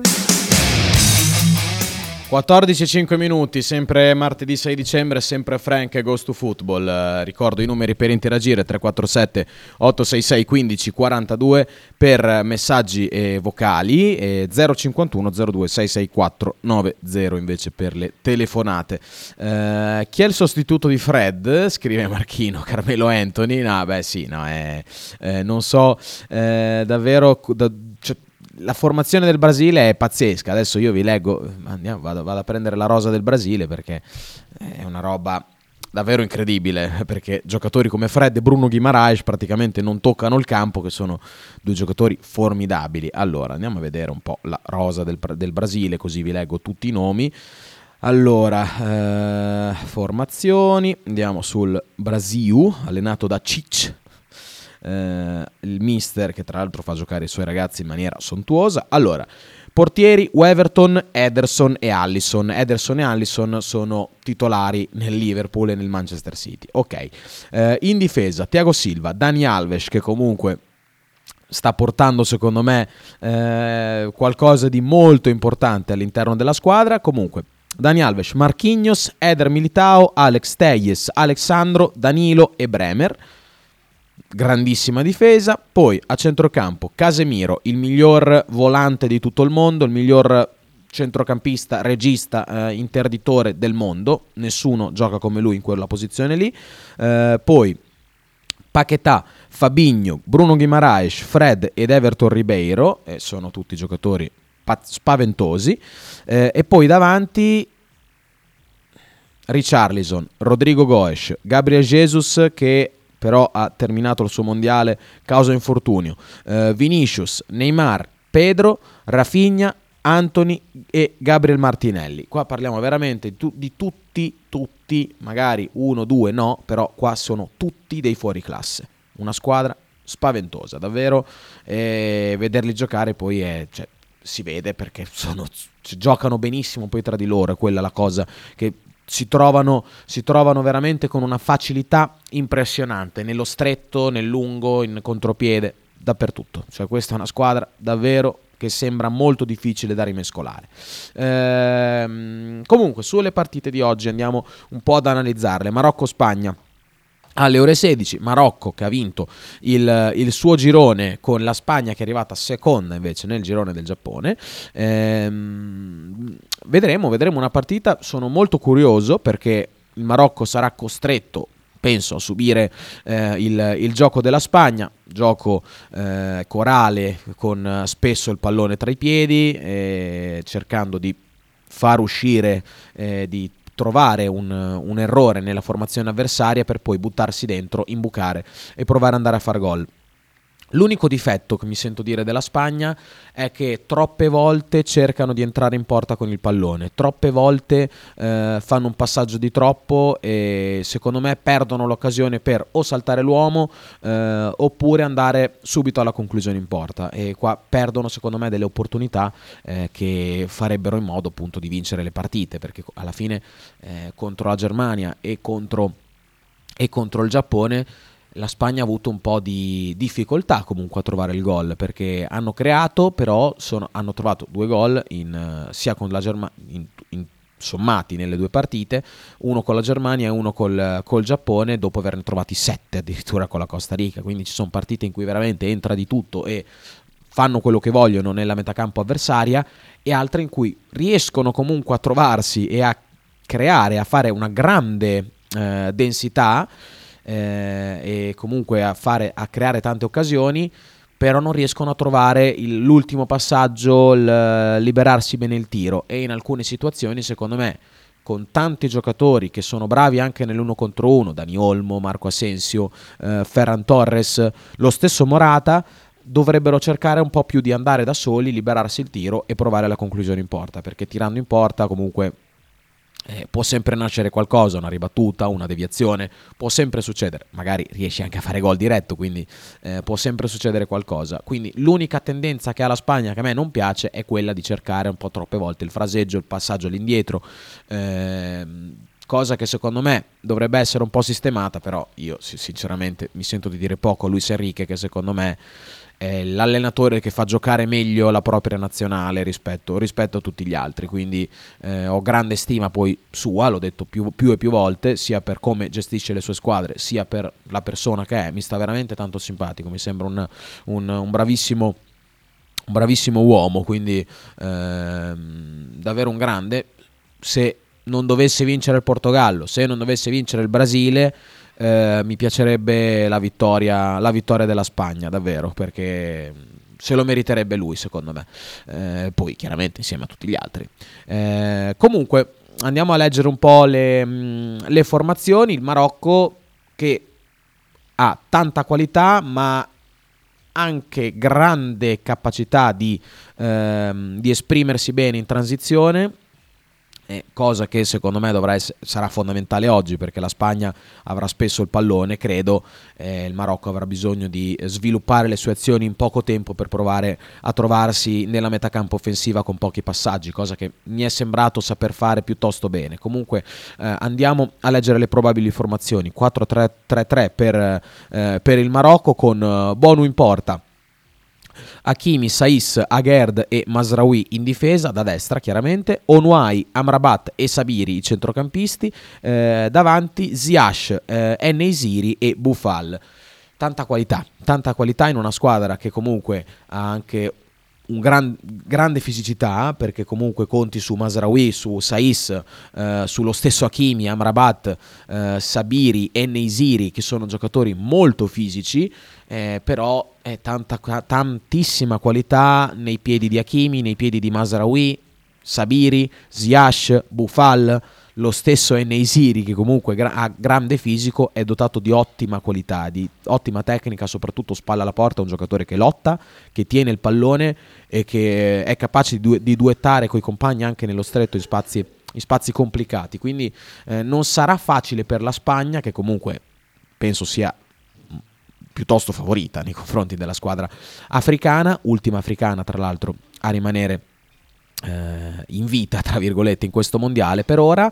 Speaker 2: 14:05 minuti, sempre martedì 6 dicembre, sempre Frank Goes to Football. Ricordo i numeri per interagire: 347 866 15 42 per messaggi vocali e 051 02 664 90 invece per le telefonate. Chi è il sostituto di Fred? Scrive Marchino. Carmelo Anthony? No, beh sì, no, non so davvero... La formazione del Brasile è pazzesca. Adesso io vi leggo, vado a prendere la rosa del Brasile perché è una roba davvero incredibile, perché giocatori come Fred e Bruno Guimaraes praticamente non toccano il campo, che sono due giocatori formidabili. Allora andiamo a vedere un po' la rosa del Brasile, così vi leggo tutti i nomi. Allora, formazioni, andiamo sul Brasil, allenato da Cic, il mister che tra l'altro fa giocare i suoi ragazzi in maniera sontuosa. Allora, portieri Weverton, Ederson e Alisson. Ederson e Alisson sono titolari nel Liverpool e nel Manchester City. Ok, in difesa Thiago Silva, Dani Alves, che comunque sta portando secondo me qualcosa di molto importante all'interno della squadra. Comunque Dani Alves, Marquinhos, Eder Militao, Alex Telles, Alexandro, Danilo e Bremer. Grandissima difesa. Poi a centrocampo Casemiro, il miglior volante di tutto il mondo, il miglior centrocampista, regista, interditore del mondo. Nessuno gioca come lui in quella posizione lì. Poi Paquetá, Fabinho, Bruno Guimaraes, Fred ed Everton Ribeiro, sono tutti giocatori spaventosi. E poi davanti Richarlison, Rodrigo Goes, Gabriel Jesus, che però ha terminato il suo mondiale causa infortunio, Vinicius, Neymar, Pedro, Rafinha, Anthony e Gabriel Martinelli. Qua parliamo veramente di tutti, magari uno, due no, però qua sono tutti dei fuoriclasse. Una squadra spaventosa, davvero. Vederli giocare poi si vede, perché giocano benissimo poi tra di loro, è quella la cosa, che si trovano veramente con una facilità impressionante, nello stretto, nel lungo, in contropiede, dappertutto. Cioè questa è una squadra davvero che sembra molto difficile da rimescolare. Comunque sulle partite di oggi andiamo un po' ad analizzarle. Marocco-Spagna alle ore 16, Marocco che ha vinto il suo girone con la Spagna che è arrivata seconda invece nel girone del Giappone. Vedremo una partita, sono molto curioso perché il Marocco sarà costretto, penso, a subire il gioco della Spagna, gioco corale con spesso il pallone tra i piedi, cercando di far uscire, di trovare un errore nella formazione avversaria per poi buttarsi dentro, imbucare e provare ad andare a far gol. L'unico difetto che mi sento dire della Spagna è che troppe volte cercano di entrare in porta con il pallone, troppe volte fanno un passaggio di troppo e secondo me perdono l'occasione per o saltare l'uomo oppure andare subito alla conclusione in porta, e qua perdono secondo me delle opportunità che farebbero in modo appunto di vincere le partite, perché alla fine contro la Germania e contro il Giappone la Spagna ha avuto un po' di difficoltà comunque a trovare il gol, perché hanno creato, però hanno trovato 2 gol sia con la Germania, sommati nelle 2 partite, uno con la Germania e uno col Giappone, dopo averne trovati 7 addirittura con la Costa Rica. Quindi ci sono partite in cui veramente entra di tutto e fanno quello che vogliono nella metacampo avversaria, e altre in cui riescono comunque a trovarsi e a creare, a fare una grande densità, e comunque a creare tante occasioni, però non riescono a trovare l'ultimo passaggio, liberarsi bene il tiro, e in alcune situazioni secondo me con tanti giocatori che sono bravi anche nell'1 contro 1, Dani Olmo, Marco Asensio, Ferran Torres, lo stesso Morata, dovrebbero cercare un po' più di andare da soli, liberarsi il tiro e provare la conclusione in porta, perché tirando in porta comunque può sempre nascere qualcosa, una ribattuta, una deviazione, può sempre succedere, magari riesci anche a fare gol diretto, quindi può sempre succedere qualcosa. Quindi l'unica tendenza che ha la Spagna, che a me non piace, è quella di cercare un po' troppe volte il fraseggio, il passaggio all'indietro, cosa che secondo me dovrebbe essere un po' sistemata, però io sinceramente mi sento di dire poco a Luis Enrique, che secondo me è l'allenatore che fa giocare meglio la propria nazionale rispetto a tutti gli altri, quindi ho grande stima poi sua, l'ho detto più e più volte, sia per come gestisce le sue squadre, sia per la persona che è. Mi sta veramente tanto simpatico, mi sembra un bravissimo uomo, quindi davvero un grande. Se non dovesse vincere il Portogallo, se non dovesse vincere il Brasile, mi piacerebbe la vittoria della Spagna, davvero, perché se lo meriterebbe lui, secondo me, poi chiaramente insieme a tutti gli altri. Comunque andiamo a leggere un po' le formazioni. Il Marocco che ha tanta qualità, ma anche grande capacità di esprimersi bene in transizione, cosa che secondo me sarà fondamentale oggi, perché la Spagna avrà spesso il pallone, credo. Il Marocco avrà bisogno di sviluppare le sue azioni in poco tempo per provare a trovarsi nella metacampo offensiva con pochi passaggi, cosa che mi è sembrato saper fare piuttosto bene. Comunque andiamo a leggere le probabili formazioni. 4-3-3 per il Marocco, con Bonu in porta, Hakimi, Saiss, Aguerd e Mazraoui in difesa, da destra chiaramente, Onuai, Amrabat e Sabiri i centrocampisti, davanti Ziyech, En-Nesyri e Boufal. Tanta qualità in una squadra che comunque ha anche grande fisicità, perché comunque conti su Mazraoui, su Saiss, sullo stesso Hakimi, Amrabat, Sabiri e En-Nesyri, che sono giocatori molto fisici, però è tantissima qualità nei piedi di Hakimi, nei piedi di Mazraoui, Sabiri, Ziyech, Boufal, lo stesso En-Nesyri, che comunque ha grande fisico, è dotato di ottima qualità, di ottima tecnica, soprattutto spalla alla porta, è un giocatore che lotta, che tiene il pallone e che è capace di duettare coi compagni anche nello stretto in spazi complicati. Quindi non sarà facile per la Spagna, che comunque penso sia piuttosto favorita nei confronti della squadra africana, ultima africana tra l'altro a rimanere in vita, tra virgolette, in questo mondiale per ora.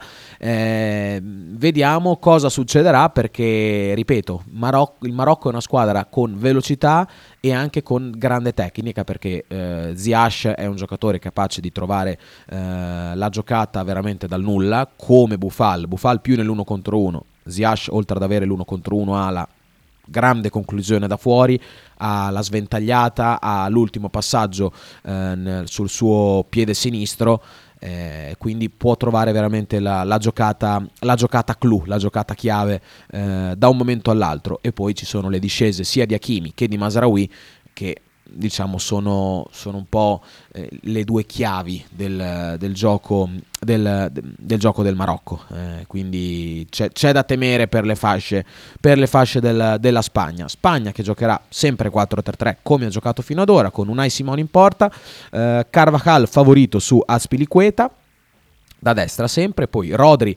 Speaker 2: Vediamo cosa succederà, perché ripeto, il Marocco è una squadra con velocità e anche con grande tecnica, perché Ziyech è un giocatore capace di trovare la giocata veramente dal nulla, come Boufal più nell'1 contro 1. Ziyech, oltre ad avere l'1 contro 1, ha la grande conclusione da fuori, ha la sventagliata, ha l'ultimo passaggio sul suo piede sinistro, quindi può trovare veramente la giocata clou, la giocata chiave da un momento all'altro. E poi ci sono le discese sia di Hakimi che di Mazraoui, che diciamo sono un po' le due chiavi del gioco del Marocco, quindi c'è da temere per le fasce della Spagna che giocherà sempre 4-3-3 come ha giocato fino ad ora, con Unai Simon in porta, Carvajal favorito su Azpilicueta da destra sempre, poi Rodri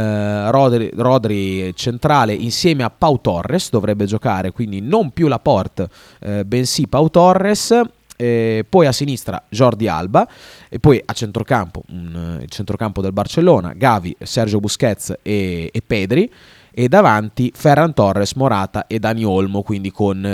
Speaker 2: centrale insieme a Pau Torres dovrebbe giocare, quindi non più Laporte, bensì Pau Torres, poi a sinistra Jordi Alba, e poi a centrocampo il centrocampo del Barcellona, Gavi, Sergio Busquets e Pedri, e davanti Ferran Torres, Morata e Dani Olmo, quindi con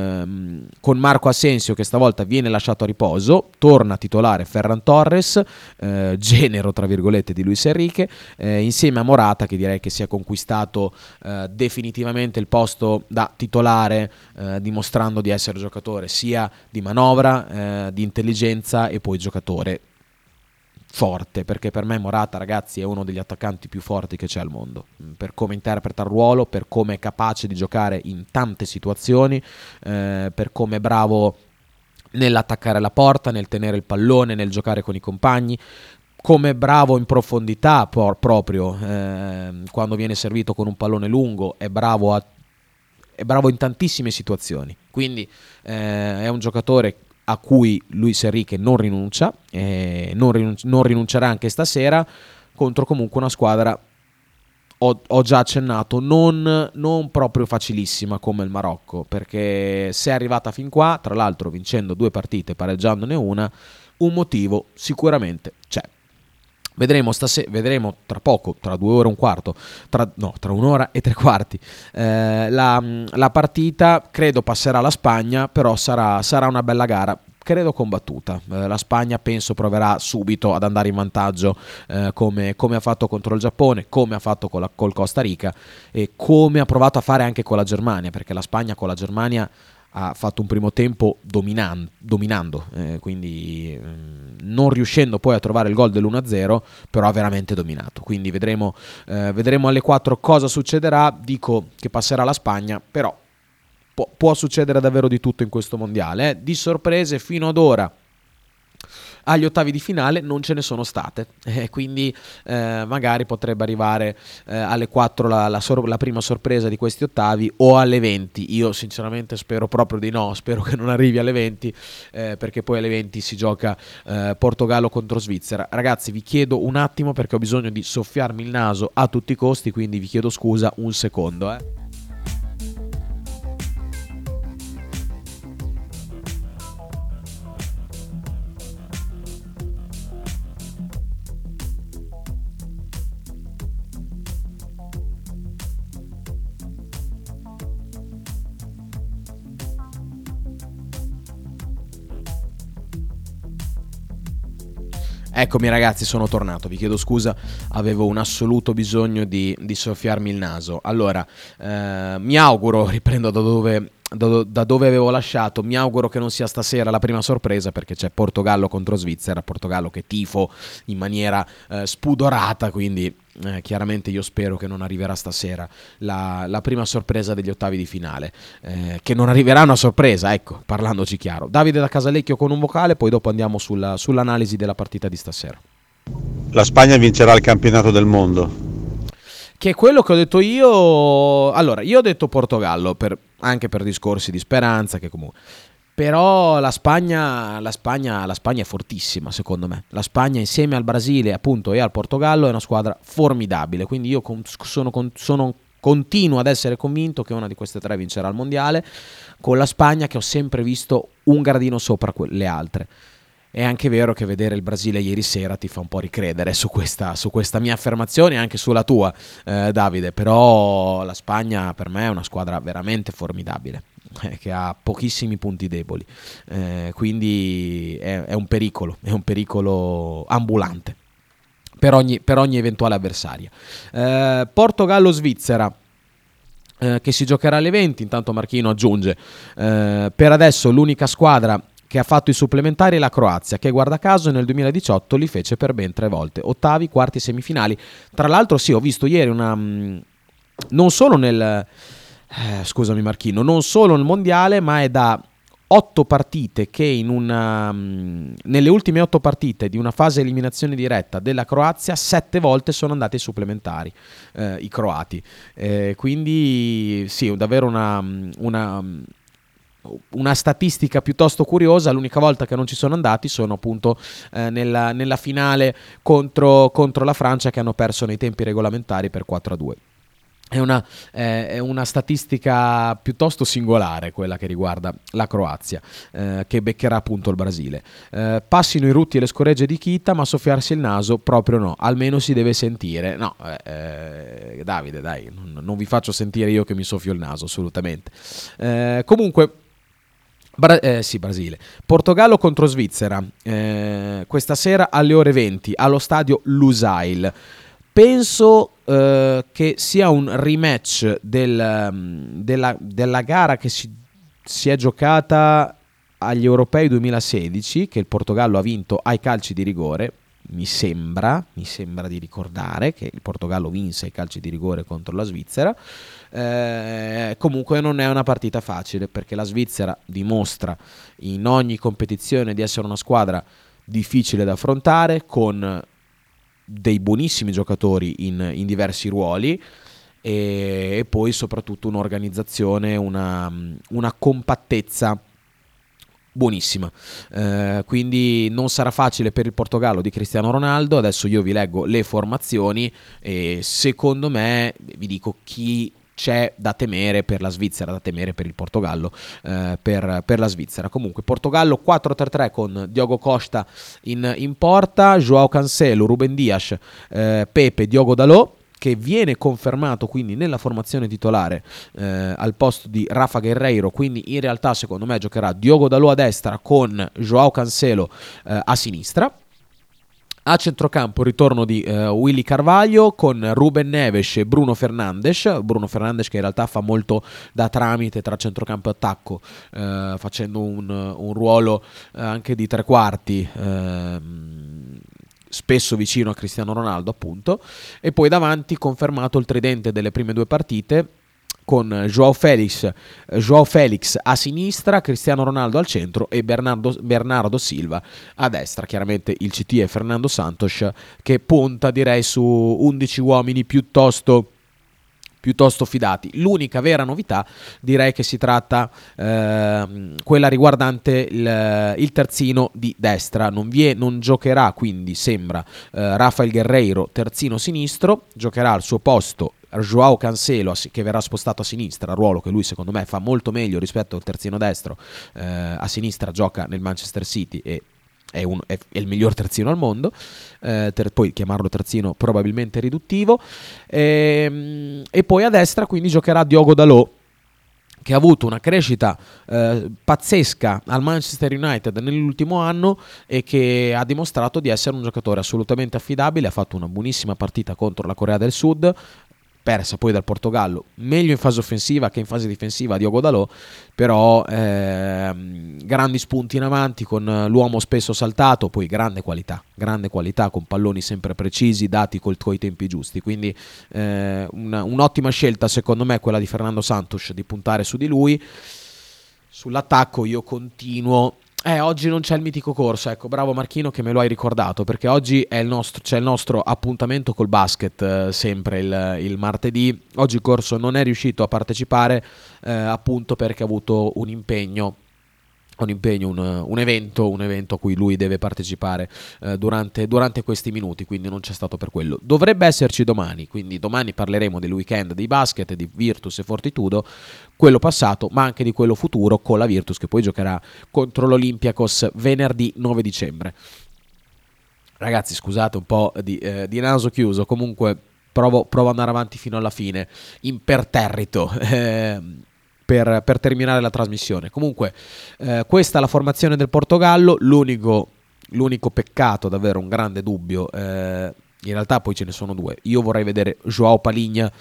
Speaker 2: Marco Asensio che stavolta viene lasciato a riposo, torna titolare Ferran Torres, genero tra virgolette di Luis Enrique, insieme a Morata, che direi che si è conquistato definitivamente il posto da titolare, dimostrando di essere giocatore sia di manovra, di intelligenza e poi giocatore forte, perché per me Morata, ragazzi, è uno degli attaccanti più forti che c'è al mondo, per come interpreta il ruolo, per come è capace di giocare in tante situazioni, per come è bravo nell'attaccare la porta, nel tenere il pallone, nel giocare con i compagni, come è bravo in profondità proprio, quando viene servito con un pallone lungo, è bravo in tantissime situazioni. Quindi è un giocatore a cui Luis Enrique non rinuncia, non rinuncerà anche stasera, contro comunque una squadra, ho già accennato, non proprio facilissima come il Marocco, perché se è arrivata fin qua, tra l'altro vincendo 2 partite, pareggiandone una, un motivo sicuramente c'è. Vedremo tra poco, tra 2 ore e un quarto, tra 1 ora e 3 quarti, la partita. Credo passerà la Spagna, però sarà una bella gara, credo combattuta. La Spagna penso proverà subito ad andare in vantaggio, come ha fatto contro il Giappone, come ha fatto col Costa Rica e come ha provato a fare anche con la Germania, perché la Spagna con la Germania ha fatto un primo tempo dominando, quindi non riuscendo poi a trovare il gol dell'1-0, però ha veramente dominato. Quindi vedremo alle 4 cosa succederà. Dico che passerà la Spagna, però può succedere davvero di tutto in questo mondiale. Di sorprese fino ad ora agli ottavi di finale non ce ne sono state, quindi magari potrebbe arrivare alle 4 la prima sorpresa di questi ottavi, o alle 20. Io sinceramente spero proprio di no, spero che non arrivi alle 20, perché poi alle 20 si gioca Portogallo contro Svizzera. Ragazzi, vi chiedo un attimo, perché ho bisogno di soffiarmi il naso a tutti i costi, quindi vi chiedo scusa un secondo. Eccomi ragazzi, sono tornato, vi chiedo scusa, avevo un assoluto bisogno di soffiarmi il naso. Allora, mi auguro, riprendo da dove avevo lasciato, mi auguro che non sia stasera la prima sorpresa, perché c'è Portogallo contro Svizzera, Portogallo che tifo in maniera spudorata, quindi chiaramente io spero che non arriverà stasera la prima sorpresa degli ottavi di finale, che non arriverà una sorpresa, ecco, parlandoci chiaro. Davide da Casalecchio con un vocale, poi dopo andiamo sull'analisi della partita di stasera.
Speaker 11: La Spagna vincerà il campionato del mondo.
Speaker 2: Che è quello che ho detto io. Allora, io ho detto Portogallo anche per discorsi di speranza, che comunque. Però la Spagna è fortissima, secondo me. La Spagna insieme al Brasile, appunto, e al Portogallo è una squadra formidabile. Quindi io continuo ad essere convinto che una di queste tre vincerà il mondiale, con la Spagna che ho sempre visto un gradino sopra le altre. È anche vero che vedere il Brasile ieri sera ti fa un po' ricredere su questa mia affermazione, anche sulla tua, Davide. Però la Spagna per me è una squadra veramente formidabile, che ha pochissimi punti deboli, quindi è un pericolo ambulante per ogni eventuale avversaria. Portogallo-Svizzera, che si giocherà alle 20. Intanto Marchino aggiunge, per adesso l'unica squadra che ha fatto i supplementari è la Croazia, che guarda caso nel 2018 li fece per ben 3 volte, ottavi, quarti, semifinali. Tra l'altro sì, ho visto ieri non solo scusami Marchino, non solo nel mondiale, ma è da 8 partite che nelle ultime 8 partite di una fase eliminazione diretta della Croazia, 7 volte sono andati ai supplementari i croati, quindi sì, davvero una statistica piuttosto curiosa. L'unica volta che non ci sono andati sono appunto nella finale contro la Francia, che hanno perso nei tempi regolamentari per 4-2. È una statistica piuttosto singolare quella che riguarda la Croazia, che beccherà appunto il Brasile. Passino i rutti e le scoregge di Kita, ma soffiarsi il naso proprio no, almeno si deve sentire. No, Davide, dai, non vi faccio sentire io che mi soffio il naso, assolutamente. Comunque, sì, Brasile. Portogallo contro Svizzera, questa sera alle ore 20 allo stadio Lusail. Penso che sia un rematch della gara che si è giocata agli Europei 2016, che il Portogallo ha vinto ai calci di rigore. Mi sembra di ricordare che il Portogallo vinse ai calci di rigore contro la Svizzera. Comunque non è una partita facile, perché la Svizzera dimostra in ogni competizione di essere una squadra difficile da affrontare, con dei buonissimi giocatori in diversi ruoli, e poi soprattutto un'organizzazione, una compattezza buonissima, quindi non sarà facile per il Portogallo di Cristiano Ronaldo. Adesso io vi leggo le formazioni e secondo me vi dico chi c'è da temere per la Svizzera, da temere per il Portogallo, per la Svizzera. Comunque Portogallo 4-3-3 con Diogo Costa in porta, Joao Cancelo, Ruben Dias, Pepe, Diogo Dalot, che viene confermato quindi nella formazione titolare al posto di Rafa Guerreiro. Quindi in realtà secondo me giocherà Diogo Dalot a destra con Joao Cancelo a sinistra. A centrocampo ritorno di Willy Carvalho con Ruben Neves e Bruno Fernandes, che in realtà fa molto da tramite tra centrocampo e attacco, facendo un ruolo anche di tre quarti, spesso vicino a Cristiano Ronaldo appunto. E poi davanti confermato il tridente delle prime 2 partite, con Joao Felix a sinistra, Cristiano Ronaldo al centro e Bernardo Silva a destra. Chiaramente il CT è Fernando Santos, che punta direi su 11 uomini piuttosto fidati. L'unica vera novità direi che si tratta quella riguardante il terzino di destra. Non giocherà, quindi sembra, Rafael Guerreiro terzino sinistro. Giocherà al suo posto Joao Cancelo, che verrà spostato a sinistra, ruolo che lui secondo me fa molto meglio rispetto al terzino destro. A sinistra gioca nel Manchester City e è il miglior terzino al mondo, poi chiamarlo terzino probabilmente riduttivo, e poi a destra quindi giocherà Diogo Dalot, che ha avuto una crescita pazzesca al Manchester United nell'ultimo anno e che ha dimostrato di essere un giocatore assolutamente affidabile. Ha fatto una buonissima partita contro la Corea del Sud, persa poi dal Portogallo, meglio in fase offensiva che in fase difensiva Diogo Dalot, però grandi spunti in avanti con l'uomo spesso saltato, poi grande qualità con palloni sempre precisi, dati coi tempi giusti, quindi un'ottima scelta secondo me quella di Fernando Santos di puntare su di lui. Sull'attacco io continuo. Oggi non c'è il mitico corso, ecco, bravo Marchino che me lo hai ricordato, perché oggi c'è il nostro appuntamento col basket, sempre il martedì. Oggi il corso non è riuscito a partecipare appunto perché ha avuto un impegno, un evento a cui lui deve partecipare durante questi minuti, quindi non c'è stato per quello. Dovrebbe esserci domani, quindi domani parleremo del weekend di basket, di Virtus e Fortitudo, quello passato ma anche di quello futuro, con la Virtus che poi giocherà contro l'Olympiakos venerdì 9 dicembre. Ragazzi, scusate un po' di naso chiuso, comunque provo ad andare avanti fino alla fine, imperterrito, per terminare la trasmissione. Comunque questa è la formazione del Portogallo. L'unico peccato, davvero un grande dubbio, in realtà poi ce ne sono due. Io vorrei vedere João Palhinha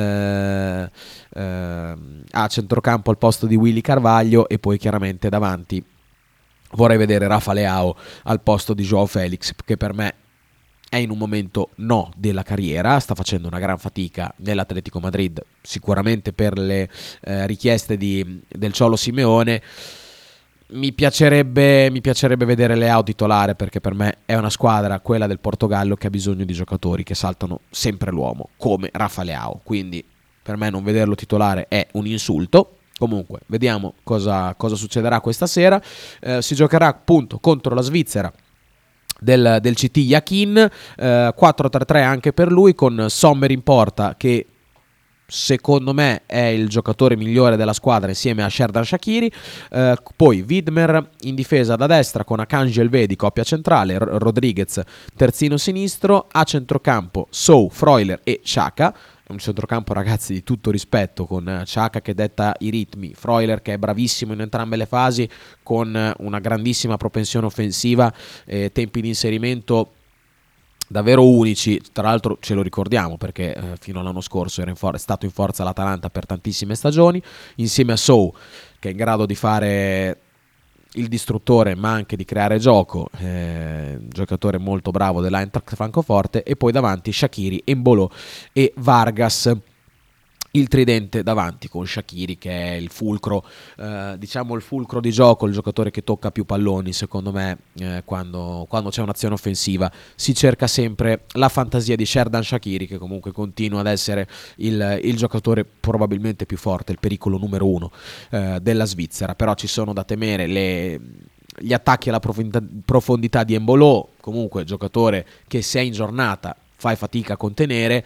Speaker 2: a centrocampo al posto di Willy Carvalho, e poi chiaramente davanti vorrei vedere Rafa Leao al posto di João Félix, che per me è in un momento della carriera, sta facendo una gran fatica nell'Atletico Madrid, sicuramente per le richieste del Cholo Simeone. Mi piacerebbe vedere Leao titolare, perché per me è una squadra, quella del Portogallo, che ha bisogno di giocatori che saltano sempre l'uomo, come Rafa Leao, quindi per me non vederlo titolare è un insulto. Comunque vediamo cosa succederà questa sera. Si giocherà appunto contro la Svizzera del CT Yakin, 4-3-3 anche per lui, con Sommer in porta, che secondo me è il giocatore migliore della squadra insieme a Xherdan Shaqiri, poi Widmer in difesa da destra con Akanji Elvedi coppia centrale, Rodriguez terzino sinistro, a centrocampo Sow, Freuler e Xhaka. Un centrocampo, ragazzi, di tutto rispetto, con Xhaka che detta i ritmi, Freuler che è bravissimo in entrambe le fasi, con una grandissima propensione offensiva, tempi di inserimento davvero unici. Tra l'altro ce lo ricordiamo perché fino all'anno scorso è stato in forza l'Atalanta per tantissime stagioni, insieme a Sow che è in grado di fare il distruttore ma anche di creare gioco, giocatore molto bravo dell'Eintracht Francoforte, e poi davanti Shaqiri, Embolo e Vargas, il tridente davanti con Shaqiri che è il fulcro, il fulcro di gioco, il giocatore che tocca più palloni. Secondo me quando c'è un'azione offensiva si cerca sempre la fantasia di Xherdan Shaqiri, che comunque continua ad essere il giocatore probabilmente più forte, il pericolo numero uno della Svizzera. Però ci sono da temere gli attacchi alla profondità di Embolo, comunque giocatore che se è in giornata fai fatica a contenere.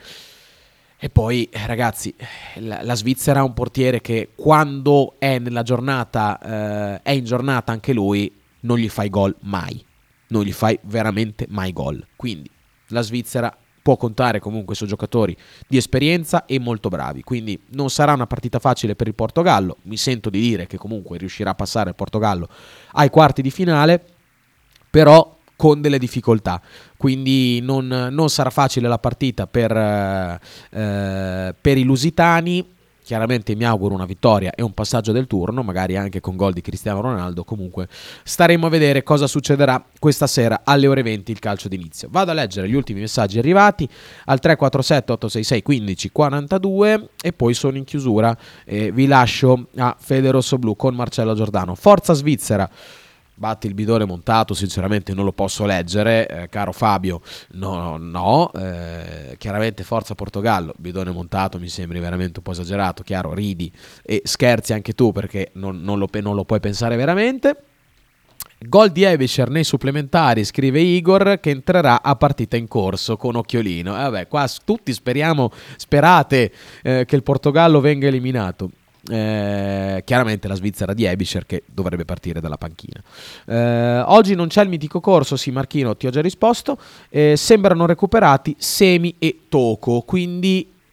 Speaker 2: E poi ragazzi, la Svizzera ha un portiere che quando è nella giornata, è in giornata anche lui, non gli fai gol mai, non gli fai veramente mai gol. Quindi la Svizzera può contare comunque su giocatori di esperienza e molto bravi, quindi non sarà una partita facile per il Portogallo. Mi sento di dire che comunque riuscirà a passare il Portogallo ai quarti di finale, però con delle difficoltà, quindi non sarà facile la partita per i lusitani. Chiaramente mi auguro una vittoria e un passaggio del turno, magari anche con gol di Cristiano Ronaldo. Comunque staremo a vedere cosa succederà questa sera alle ore 20, il calcio d'inizio. Vado a leggere gli ultimi messaggi arrivati al 347 866 15 42 e poi sono in chiusura e vi lascio a Fede Rossoblu con Marcello Giordano. Forza Svizzera! Batti il bidone montato, sinceramente non lo posso leggere, caro Fabio, no. Chiaramente forza Portogallo, bidone montato mi sembri veramente un po' esagerato, chiaro, ridi e scherzi anche tu perché non lo puoi pensare veramente. Gol di Ebischer nei supplementari, scrive Igor, che entrerà a partita in corso con occhiolino. Vabbè, qua tutti sperate che il Portogallo venga eliminato. Chiaramente la Svizzera di Ebischer che dovrebbe partire dalla panchina. Oggi non c'è il mitico corso, sì Marchino ti ho già risposto, sembrano recuperati Semi e Toko, quindi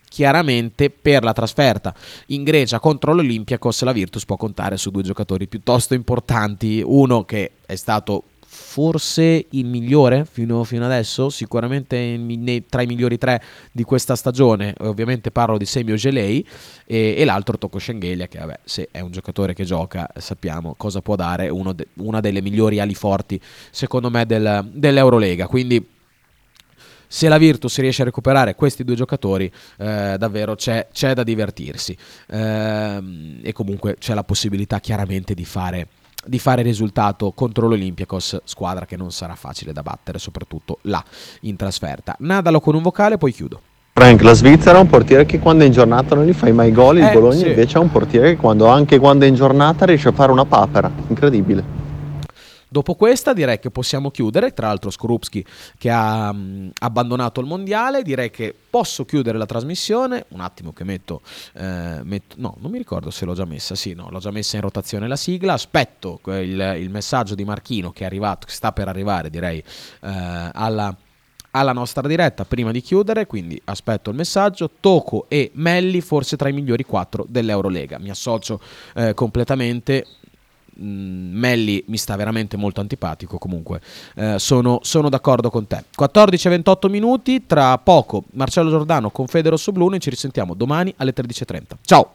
Speaker 2: chiaramente per la trasferta in Grecia contro l'Olympiakos la Virtus può contare su 2 giocatori piuttosto importanti, uno che è stato forse il migliore fino adesso, sicuramente tra i migliori 3 di questa stagione, ovviamente parlo di Semi Ojelei, e l'altro Toko Shengelia, che vabbè, se è un giocatore che gioca sappiamo cosa può dare, una delle migliori ali forti secondo me dell'Eurolega, quindi se la Virtus riesce a recuperare questi 2 giocatori davvero c'è da divertirsi, e comunque c'è la possibilità chiaramente di fare risultato contro l'Olympiakos, squadra che non sarà facile da battere, soprattutto là in trasferta. Nadalo con un vocale, poi chiudo.
Speaker 12: Frank, la Svizzera ha un portiere che quando è in giornata non gli fai mai gol, il Bologna
Speaker 2: sì.
Speaker 12: invece ha un portiere che anche quando è in giornata riesce a fare una papera, incredibile.
Speaker 2: Dopo questa direi che possiamo chiudere, tra l'altro Skorupski che ha abbandonato il mondiale, direi che posso chiudere la trasmissione, un attimo che metto no, non mi ricordo se l'ho già messa, sì, no, l'ho già messa in rotazione la sigla, aspetto il messaggio di Marchino che è arrivato, che sta per arrivare direi alla nostra diretta prima di chiudere, quindi aspetto il messaggio. Toko e Melli forse tra i migliori 4 dell'Eurolega, mi associo completamente. Melli mi sta veramente molto antipatico, comunque sono d'accordo con te. 14:28 minuti, tra poco Marcello Giordano con Fede Rossoblu, noi ci risentiamo domani alle 13:30. Ciao.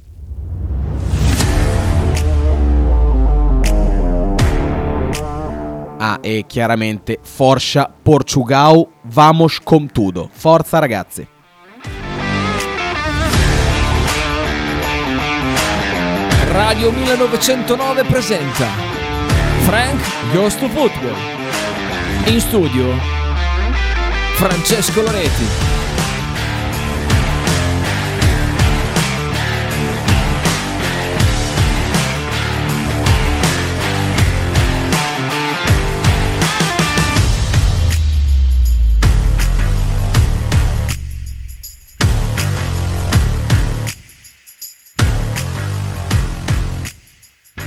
Speaker 2: E chiaramente Forza Portugal, vamos com tudo. Forza ragazzi.
Speaker 1: Radio 1909 presenta Frank Goes to Football. In studio Francesco Loreti.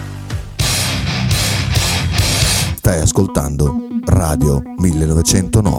Speaker 4: Stai ascoltando Radio 1909.